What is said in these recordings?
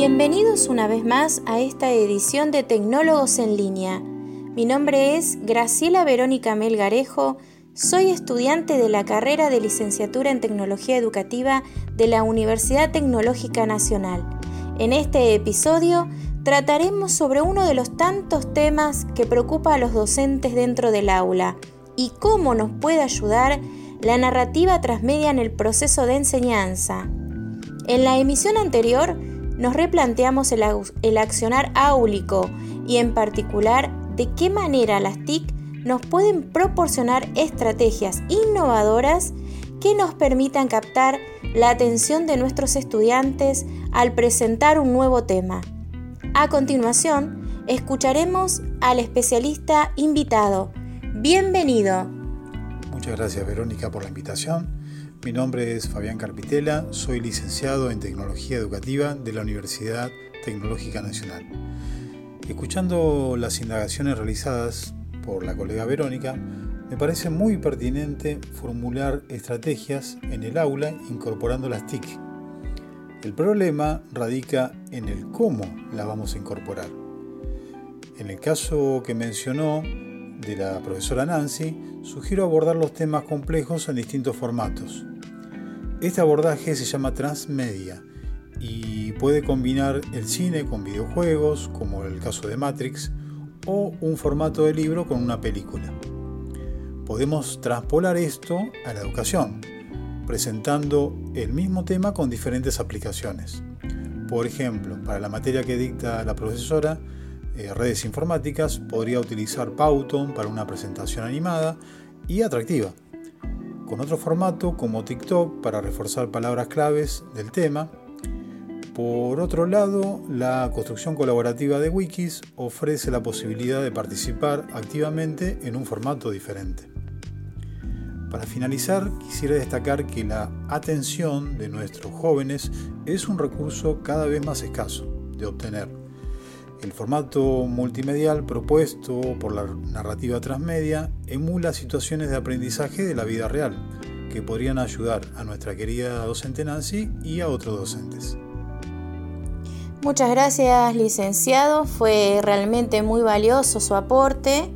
Bienvenidos una vez más a esta edición de Tecnólogos en Línea. Mi nombre es Graciela Verónica Melgarejo, soy estudiante de la carrera de Licenciatura en Tecnología Educativa de la Universidad Tecnológica Nacional. En este episodio trataremos sobre uno de los tantos temas que preocupa a los docentes dentro del aula y cómo nos puede ayudar la narrativa transmedia en el proceso de enseñanza. En la emisión anterior nos replanteamos el accionar áulico y en particular de qué manera las TIC nos pueden proporcionar estrategias innovadoras que nos permitan captar la atención de nuestros estudiantes al presentar un nuevo tema. A continuación, escucharemos al especialista invitado. Bienvenido. Muchas gracias, Verónica, por la invitación. Mi nombre es Fabián Carpitela, soy licenciado en Tecnología Educativa de la Universidad Tecnológica Nacional. Escuchando las indagaciones realizadas por la colega Verónica, me parece muy pertinente formular estrategias en el aula incorporando las TIC. El problema radica en el cómo las vamos a incorporar. En el caso que mencionó de la profesora Nancy, sugiero abordar los temas complejos en distintos formatos. Este abordaje se llama transmedia y puede combinar el cine con videojuegos, como el caso de Matrix, o un formato de libro con una película. Podemos traspolar esto a la educación, presentando el mismo tema con diferentes aplicaciones. Por ejemplo, para la materia que dicta la profesora, redes informáticas, podría utilizar Powtoon para una presentación animada y atractiva, con otro formato como TikTok para reforzar palabras claves del tema. Por otro lado, la construcción colaborativa de wikis ofrece la posibilidad de participar activamente en un formato diferente. Para finalizar, quisiera destacar que la atención de nuestros jóvenes es un recurso cada vez más escaso de obtener. El formato multimedial propuesto por la narrativa transmedia emula situaciones de aprendizaje de la vida real que podrían ayudar a nuestra querida docente Nancy y a otros docentes. Muchas gracias, licenciado. Fue realmente muy valioso su aporte.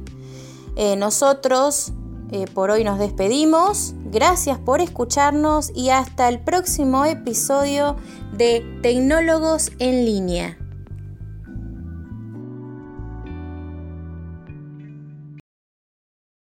Nosotros por hoy nos despedimos. Gracias por escucharnos y hasta el próximo episodio de Tecnólogos en Línea.